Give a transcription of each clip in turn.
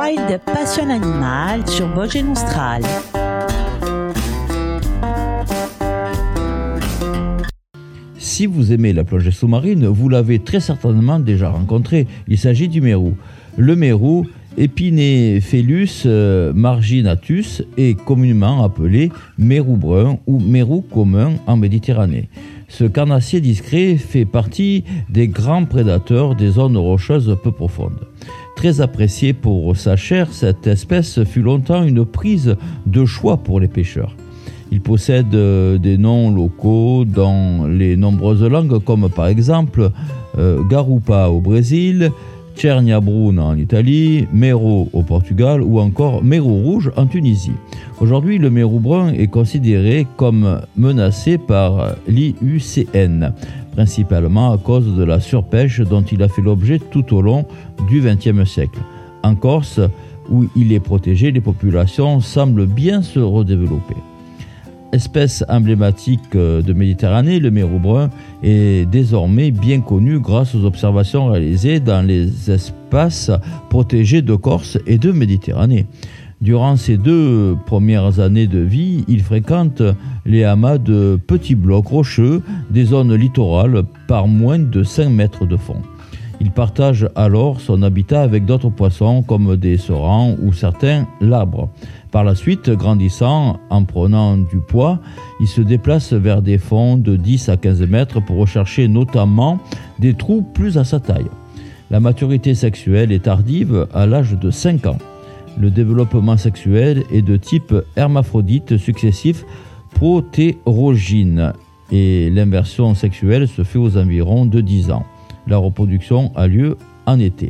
Wild Passion Animale sur Voce Nostrale. Si vous aimez la plongée sous-marine, vous l'avez très certainement déjà rencontré. Il s'agit du mérou. Le mérou, Epinephelus marginatus, est communément appelé mérou brun ou mérou commun en Méditerranée. Ce carnassier discret fait partie des grands prédateurs des zones rocheuses peu profondes. Très apprécié pour sa chair, cette espèce fut longtemps une prise de choix pour les pêcheurs. Il possède des noms locaux dans les nombreuses langues, comme par exemple garupa au Brésil, Cernia bruna en Italie, Mero au Portugal ou encore Mérou rouge en Tunisie. Aujourd'hui, le mérou brun est considéré comme menacé par l'IUCN, principalement à cause de la surpêche dont il a fait l'objet tout au long du XXe siècle. En Corse, où il est protégé, les populations semblent bien se redévelopper. Espèce emblématique de Méditerranée, le mérou brun est désormais bien connu grâce aux observations réalisées dans les espaces protégés de Corse et de Méditerranée. Durant ses 2 premières années de vie, il fréquente les amas de petits blocs rocheux des zones littorales par moins de 5 mètres de fond. Il partage alors son habitat avec d'autres poissons comme des serans ou certains labres. Par la suite, grandissant en prenant du poids, il se déplace vers des fonds de 10 à 15 mètres pour rechercher notamment des trous plus à sa taille. La maturité sexuelle est tardive à l'âge de 5 ans. Le développement sexuel est de type hermaphrodite successif protérogyne et l'inversion sexuelle se fait aux environs de 10 ans. La reproduction a lieu en été.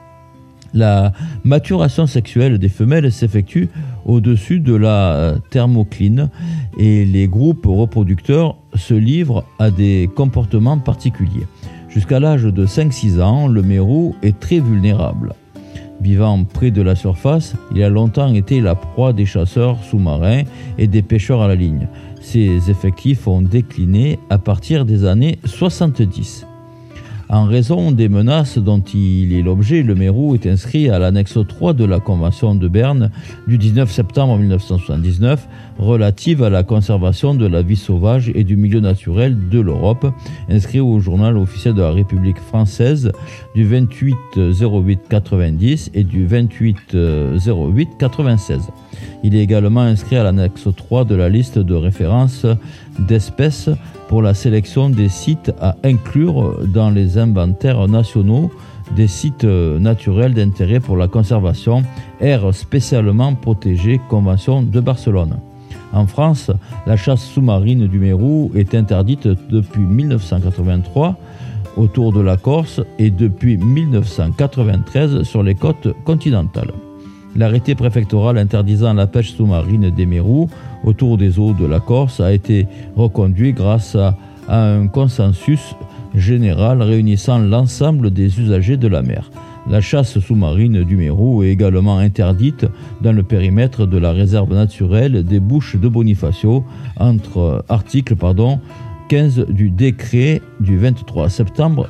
La maturation sexuelle des femelles s'effectue au-dessus de la thermocline et les groupes reproducteurs se livrent à des comportements particuliers. Jusqu'à l'âge de 5-6 ans, le mérou est très vulnérable. Vivant près de la surface, il a longtemps été la proie des chasseurs sous-marins et des pêcheurs à la ligne. Ses effectifs ont décliné à partir des années 70. En raison des menaces dont il est l'objet, le mérou est inscrit à l'annexe 3 de la Convention de Berne du 19 septembre 1979 relative à la conservation de la vie sauvage et du milieu naturel de l'Europe, inscrit au journal officiel de la République française du 28 08 90 et du 28 08 96. Il est également inscrit à l'annexe 3 de la liste de référence d'espèces pour la sélection des sites à inclure dans les inventaires nationaux des sites naturels d'intérêt pour la conservation, aires spécialement protégées, Convention de Barcelone. En France, la chasse sous-marine du mérou est interdite depuis 1983 autour de la Corse et depuis 1993 sur les côtes continentales. L'arrêté préfectoral interdisant la pêche sous-marine des mérous autour des eaux de la Corse a été reconduit grâce à un consensus général réunissant l'ensemble des usagers de la mer. La chasse sous-marine du mérou est également interdite dans le périmètre de la réserve naturelle des Bouches de Bonifacio entre articles 15 du décret du 23 septembre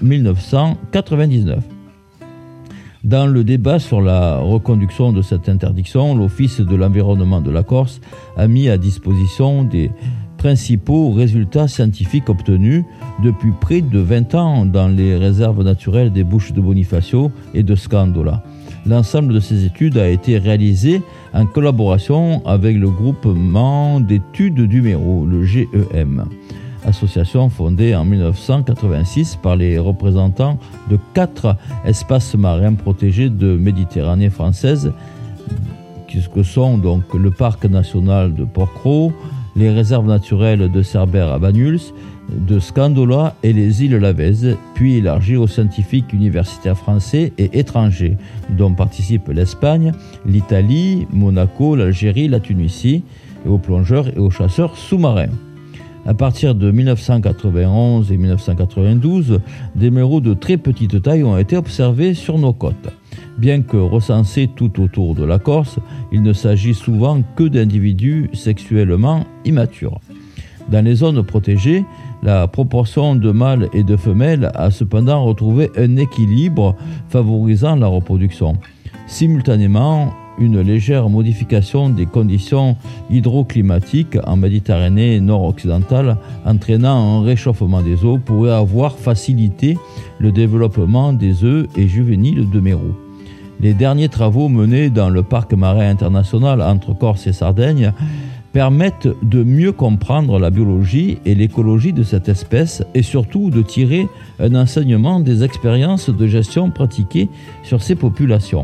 1999. Dans le débat sur la reconduction de cette interdiction, l'Office de l'environnement de la Corse a mis à disposition des principaux résultats scientifiques obtenus depuis près de 20 ans dans les réserves naturelles des Bouches de Bonifacio et de Scandola. L'ensemble de ces études a été réalisé en collaboration avec le groupement d'études du mérou, le GEM. Association fondée en 1986 par les représentants de 4 espaces marins protégés de Méditerranée française, que sont donc le parc national de Porquerolles, les réserves naturelles de Cerbère à Banyuls, de Scandola et les îles Lavez, puis élargie aux scientifiques universitaires français et étrangers, dont participent l'Espagne, l'Italie, Monaco, l'Algérie, la Tunisie, et aux plongeurs et aux chasseurs sous-marins. À partir de 1991 et 1992, des mérous de très petite taille ont été observés sur nos côtes. Bien que recensés tout autour de la Corse, il ne s'agit souvent que d'individus sexuellement immatures. Dans les zones protégées, la proportion de mâles et de femelles a cependant retrouvé un équilibre favorisant la reproduction. Simultanément, une légère modification des conditions hydroclimatiques en Méditerranée nord-occidentale entraînant un réchauffement des eaux pourrait avoir facilité le développement des œufs et juvéniles de mérou. Les derniers travaux menés dans le parc marin international entre Corse et Sardaigne permettent de mieux comprendre la biologie et l'écologie de cette espèce et surtout de tirer un enseignement des expériences de gestion pratiquées sur ces populations.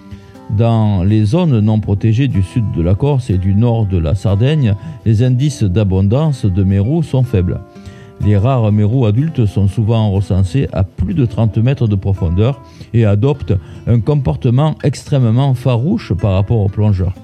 Dans les zones non protégées du sud de la Corse et du nord de la Sardaigne, les indices d'abondance de mérous sont faibles. Les rares mérous adultes sont souvent recensés à plus de 30 mètres de profondeur et adoptent un comportement extrêmement farouche par rapport aux plongeurs.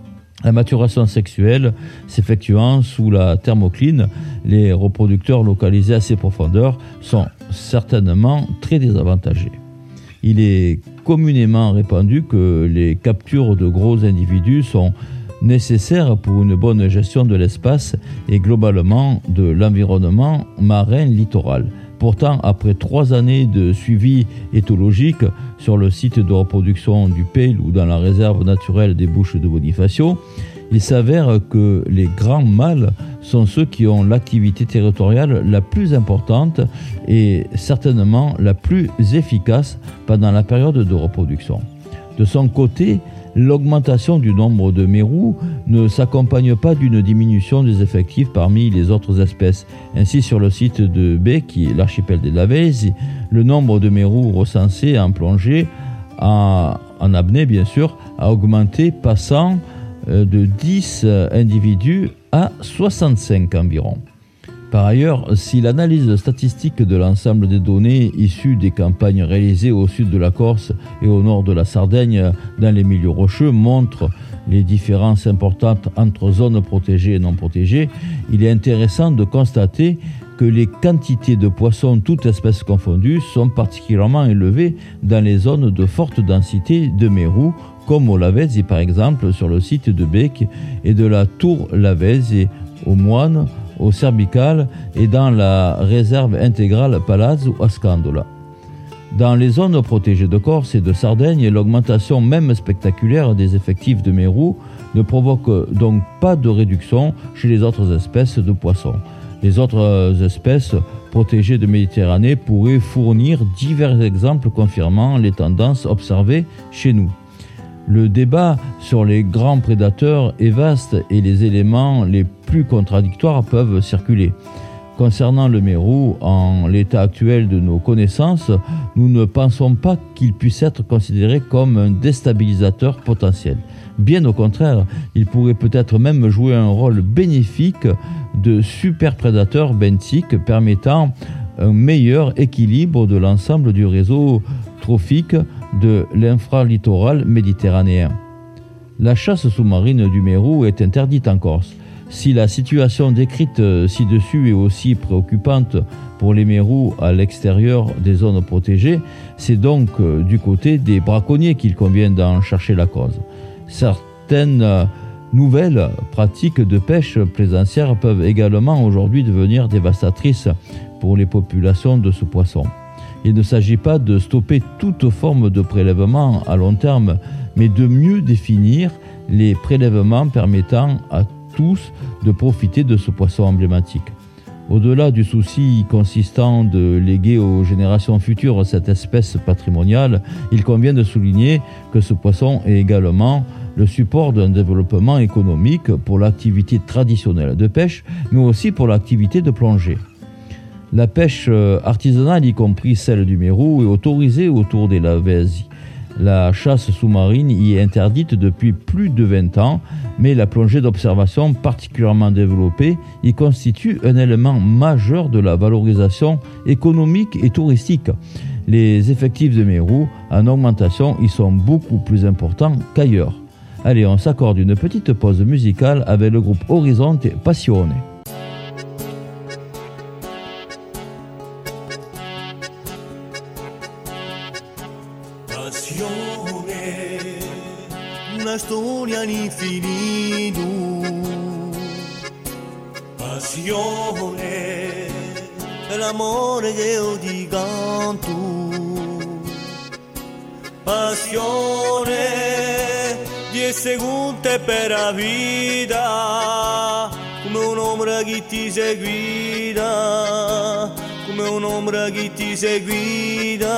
La maturation sexuelle s'effectuant sous la thermocline, les reproducteurs localisés à ces profondeurs sont certainement très désavantagés. Il est communément répandu que les captures de gros individus sont nécessaires pour une bonne gestion de l'espace et globalement de l'environnement marin littoral. Pourtant, après 3 années de suivi éthologique sur le site de reproduction du Peil ou dans la réserve naturelle des Bouches de Bonifacio, il s'avère que les grands mâles sont ceux qui ont l'activité territoriale la plus importante et certainement la plus efficace pendant la période de reproduction. De son côté, l'augmentation du nombre de mérous ne s'accompagne pas d'une diminution des effectifs parmi les autres espèces. Ainsi, sur le site de Bec, qui est l'archipel des Lavesi, le nombre de mérous recensés en plongée, en apnée bien sûr, a augmenté, passant de 10 individus à 65 environ. Par ailleurs, si l'analyse statistique de l'ensemble des données issues des campagnes réalisées au sud de la Corse et au nord de la Sardaigne dans les milieux rocheux montre les différences importantes entre zones protégées et non protégées, il est intéressant de constater que les quantités de poissons, toutes espèces confondues, sont particulièrement élevées dans les zones de forte densité de mérous, comme au Lavesi par exemple, sur le site de Bec et de la Tour Lavesi, au Moine, au Cerbical et dans la réserve intégrale Palazzo à Scandola. Dans les zones protégées de Corse et de Sardaigne, l'augmentation même spectaculaire des effectifs de mérous ne provoque donc pas de réduction chez les autres espèces de poissons. Les autres espèces protégées de Méditerranée pourraient fournir divers exemples confirmant les tendances observées chez nous. Le débat sur les grands prédateurs est vaste et les éléments les plus contradictoires peuvent circuler. Concernant le mérou, en l'état actuel de nos connaissances, nous ne pensons pas qu'il puisse être considéré comme un déstabilisateur potentiel. Bien au contraire, il pourrait peut-être même jouer un rôle bénéfique de superprédateur benthique permettant un meilleur équilibre de l'ensemble du réseau trophique de l'infralittoral méditerranéen. La chasse sous-marine du mérou est interdite en Corse. Si la situation décrite ci-dessus est aussi préoccupante pour les mérous à l'extérieur des zones protégées, c'est donc du côté des braconniers qu'il convient d'en chercher la cause. Certaines nouvelles pratiques de pêche plaisancière peuvent également aujourd'hui devenir dévastatrices pour les populations de ce poisson. Il ne s'agit pas de stopper toute forme de prélèvement à long terme, mais de mieux définir les prélèvements permettant à tous de profiter de ce poisson emblématique. Au-delà du souci consistant de léguer aux générations futures cette espèce patrimoniale, il convient de souligner que ce poisson est également le support d'un développement économique pour l'activité traditionnelle de pêche, mais aussi pour l'activité de plongée. La pêche artisanale, y compris celle du mérou, est autorisée autour des Lavesi. La chasse sous-marine y est interdite depuis plus de 20 ans, mais la plongée d'observation particulièrement développée y constitue un élément majeur de la valorisation économique et touristique. Les effectifs de mérou en augmentation y sont beaucoup plus importants qu'ailleurs. Allez, on s'accorde une petite pause musicale avec le groupe Orizzonte Passione. Una storia all'infinito, passione, l'amore che io ti canto, passione. seguite per la vita, come un'ombra che ti seguita, come un'ombra che ti seguita.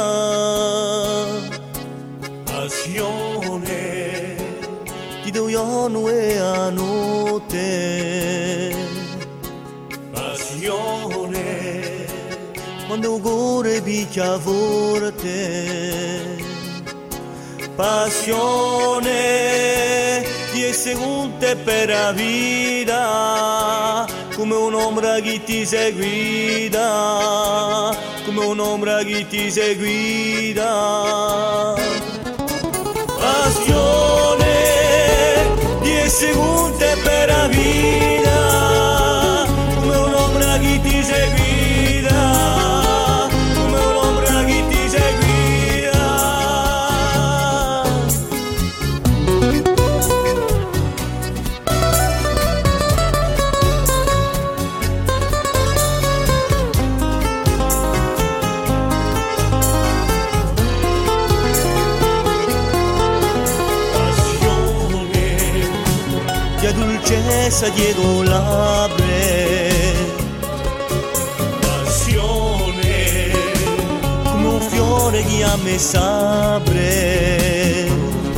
Passione, ti do giorno e a notte. Passione, quando il cuore picchia forte. Passione, 10 secondi per la vita, come un'ombra che ti seguita, come un'ombra che ti seguita. Passione, 10 secondi per la vita, come un'ombra che ti seguita, come un'ombra che ti seguita. Dolcezza dietro labbra, passione, come un fiore che a me s'apre.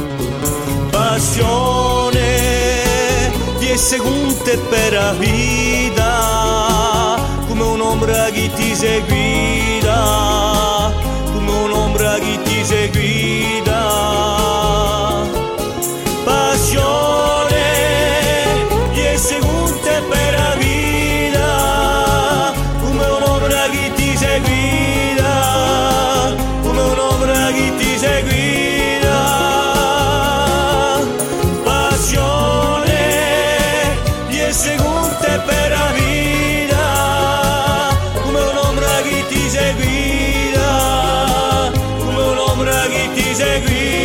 Passione, 10 secondi per la vita, come un'ombra che ti seguita, come un'ombra che ti seguita. Passione, secondi per la vita, come un'ombra che ti seguita, come un'ombra che ti seguita. Passione, 10 secondi per la vita, come un'ombra che ti seguita, come un'ombra che ti seguita.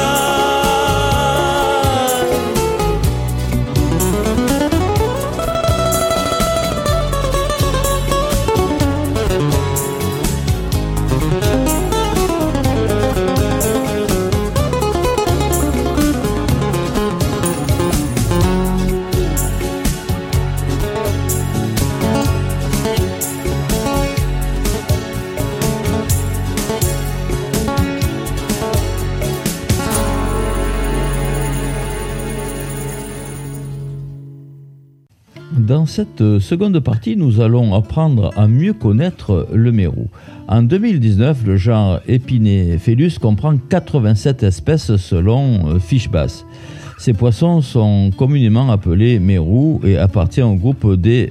Dans cette seconde partie, nous allons apprendre à mieux connaître le mérou. En 2019, le genre Epinephelus comprend 87 espèces selon Fishbass. Ces poissons sont communément appelés mérous et appartiennent au groupe des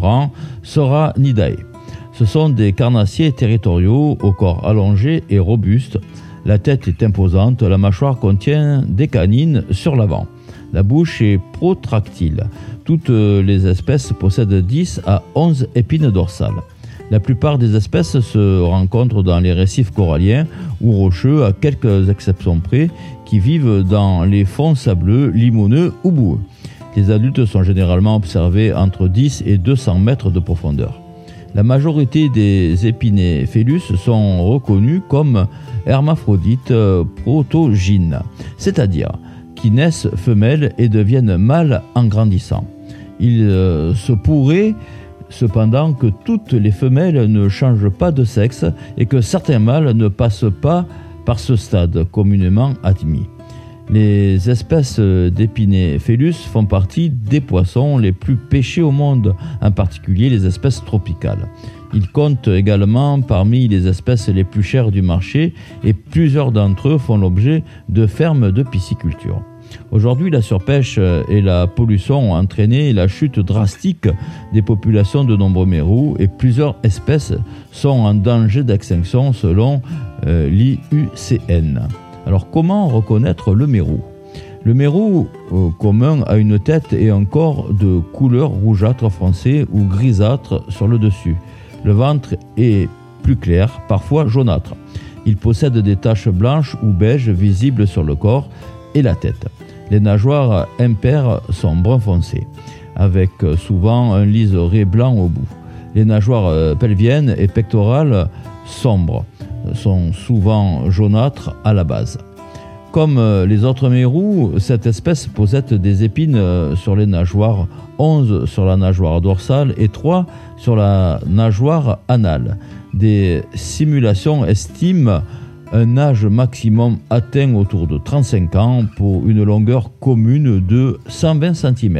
Soranidae. Ce sont des carnassiers territoriaux au corps allongé et robuste. La tête est imposante, la mâchoire contient des canines sur l'avant. La bouche est protractile. Toutes les espèces possèdent 10 à 11 épines dorsales. La plupart des espèces se rencontrent dans les récifs coralliens ou rocheux, à quelques exceptions près, qui vivent dans les fonds sableux, limoneux ou boueux. Les adultes sont généralement observés entre 10 et 200 mètres de profondeur. La majorité des Epinephelus sont reconnus comme hermaphrodites protogynes, c'est-à-dire qui naissent femelles et deviennent mâles en grandissant. Il se pourrait cependant que toutes les femelles ne changent pas de sexe et que certains mâles ne passent pas par ce stade communément admis. Les espèces d'Epinephelus font partie des poissons les plus pêchés au monde, en particulier les espèces tropicales. Ils comptent également parmi les espèces les plus chères du marché et plusieurs d'entre eux font l'objet de fermes de pisciculture. Aujourd'hui, la surpêche et la pollution ont entraîné la chute drastique des populations de nombreux mérous et plusieurs espèces sont en danger d'extinction selon l'IUCN. Alors, comment reconnaître le mérou ? Le mérou commun a une tête et un corps de couleur rougeâtre foncé ou grisâtre sur le dessus. Le ventre est plus clair, parfois jaunâtre. Il possède des taches blanches ou beiges visibles sur le corps et la tête. Les nageoires impaires sont brun foncé, avec souvent un liseré blanc au bout. Les nageoires pelviennes et pectorales sombres sont souvent jaunâtres à la base. Comme les autres mérous, cette espèce possède des épines sur les nageoires, 11 sur la nageoire dorsale et 3 sur la nageoire anale. Des simulations estiment un âge maximum atteint autour de 35 ans pour une longueur commune de 120 cm.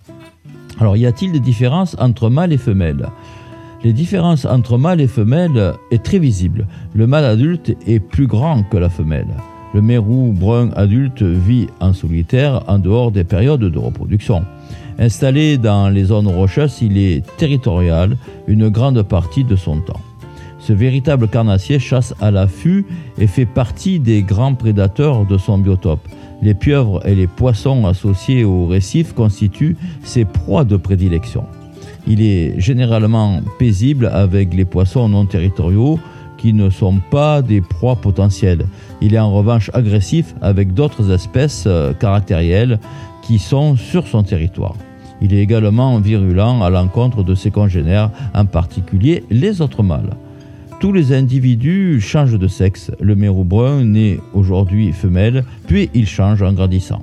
Alors, y a-t-il des différences entre mâles et femelles ? Les différences entre mâles et femelles est très visible. Le mâle adulte est plus grand que la femelle. Le mérou brun adulte vit en solitaire en dehors des périodes de reproduction. Installé dans les zones rocheuses, il est territorial une grande partie de son temps. Ce véritable carnassier chasse à l'affût et fait partie des grands prédateurs de son biotope. Les pieuvres et les poissons associés aux récifs constituent ses proies de prédilection. Il est généralement paisible avec les poissons non territoriaux qui ne sont pas des proies potentielles. Il est en revanche agressif avec d'autres espèces caractérielles qui sont sur son territoire. Il est également virulent à l'encontre de ses congénères, en particulier les autres mâles. Tous les individus changent de sexe. Le mérou brun naît aujourd'hui femelle, puis il change en grandissant.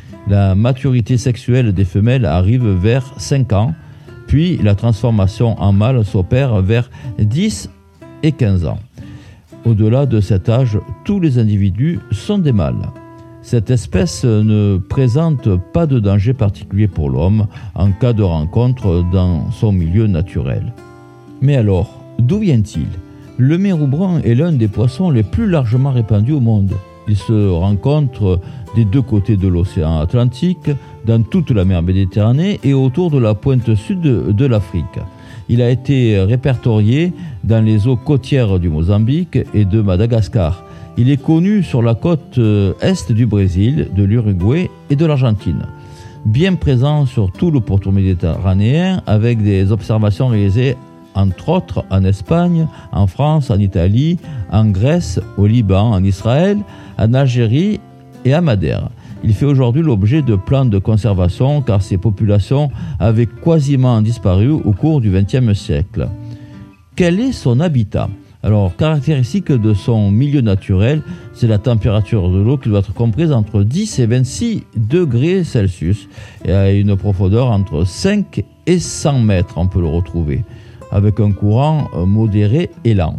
La maturité sexuelle des femelles arrive vers 5 ans, puis la transformation en mâle s'opère vers 10 et 15 ans. Au-delà de cet âge, tous les individus sont des mâles. Cette espèce ne présente pas de danger particulier pour l'homme en cas de rencontre dans son milieu naturel. Mais alors, d'où vient-il ? Le mérou brun est l'un des poissons les plus largement répandus au monde. Il se rencontre des deux côtés de l'océan Atlantique, dans toute la mer Méditerranée et autour de la pointe sud de l'Afrique. Il a été répertorié dans les eaux côtières du Mozambique et de Madagascar. Il est connu sur la côte est du Brésil, de l'Uruguay et de l'Argentine. Bien présent sur tout le pourtour méditerranéen avec des observations réalisées entre autres en Espagne, en France, en Italie, en Grèce, au Liban, en Israël, en Algérie et à Madère. Il fait aujourd'hui l'objet de plans de conservation car ses populations avaient quasiment disparu au cours du XXe siècle. Quel est son habitat ? Alors, caractéristique de son milieu naturel, c'est la température de l'eau qui doit être comprise entre 10 et 26 degrés Celsius et à une profondeur entre 5 et 100 mètres, on peut le retrouver, avec un courant modéré et lent.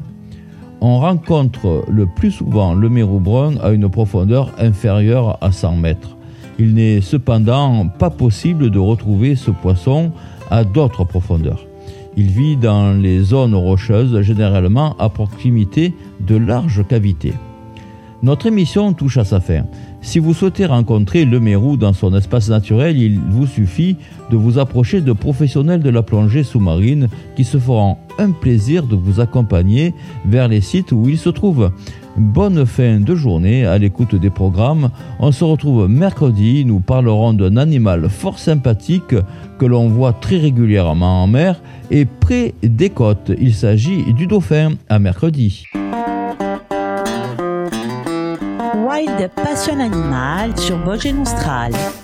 On rencontre le plus souvent le mérou brun à une profondeur inférieure à 100 mètres. Il n'est cependant pas possible de retrouver ce poisson à d'autres profondeurs. Il vit dans les zones rocheuses, généralement à proximité de larges cavités. Notre émission touche à sa fin. Si vous souhaitez rencontrer le mérou dans son espace naturel, il vous suffit de vous approcher de professionnels de la plongée sous-marine qui se feront un plaisir de vous accompagner vers les sites où il se trouve. Bonne fin de journée à l'écoute des programmes. On se retrouve mercredi. Nous parlerons d'un animal fort sympathique que l'on voit très régulièrement en mer et près des côtes. Il s'agit du dauphin. À mercredi. Wild Passion Animal sur Vosges Nostral.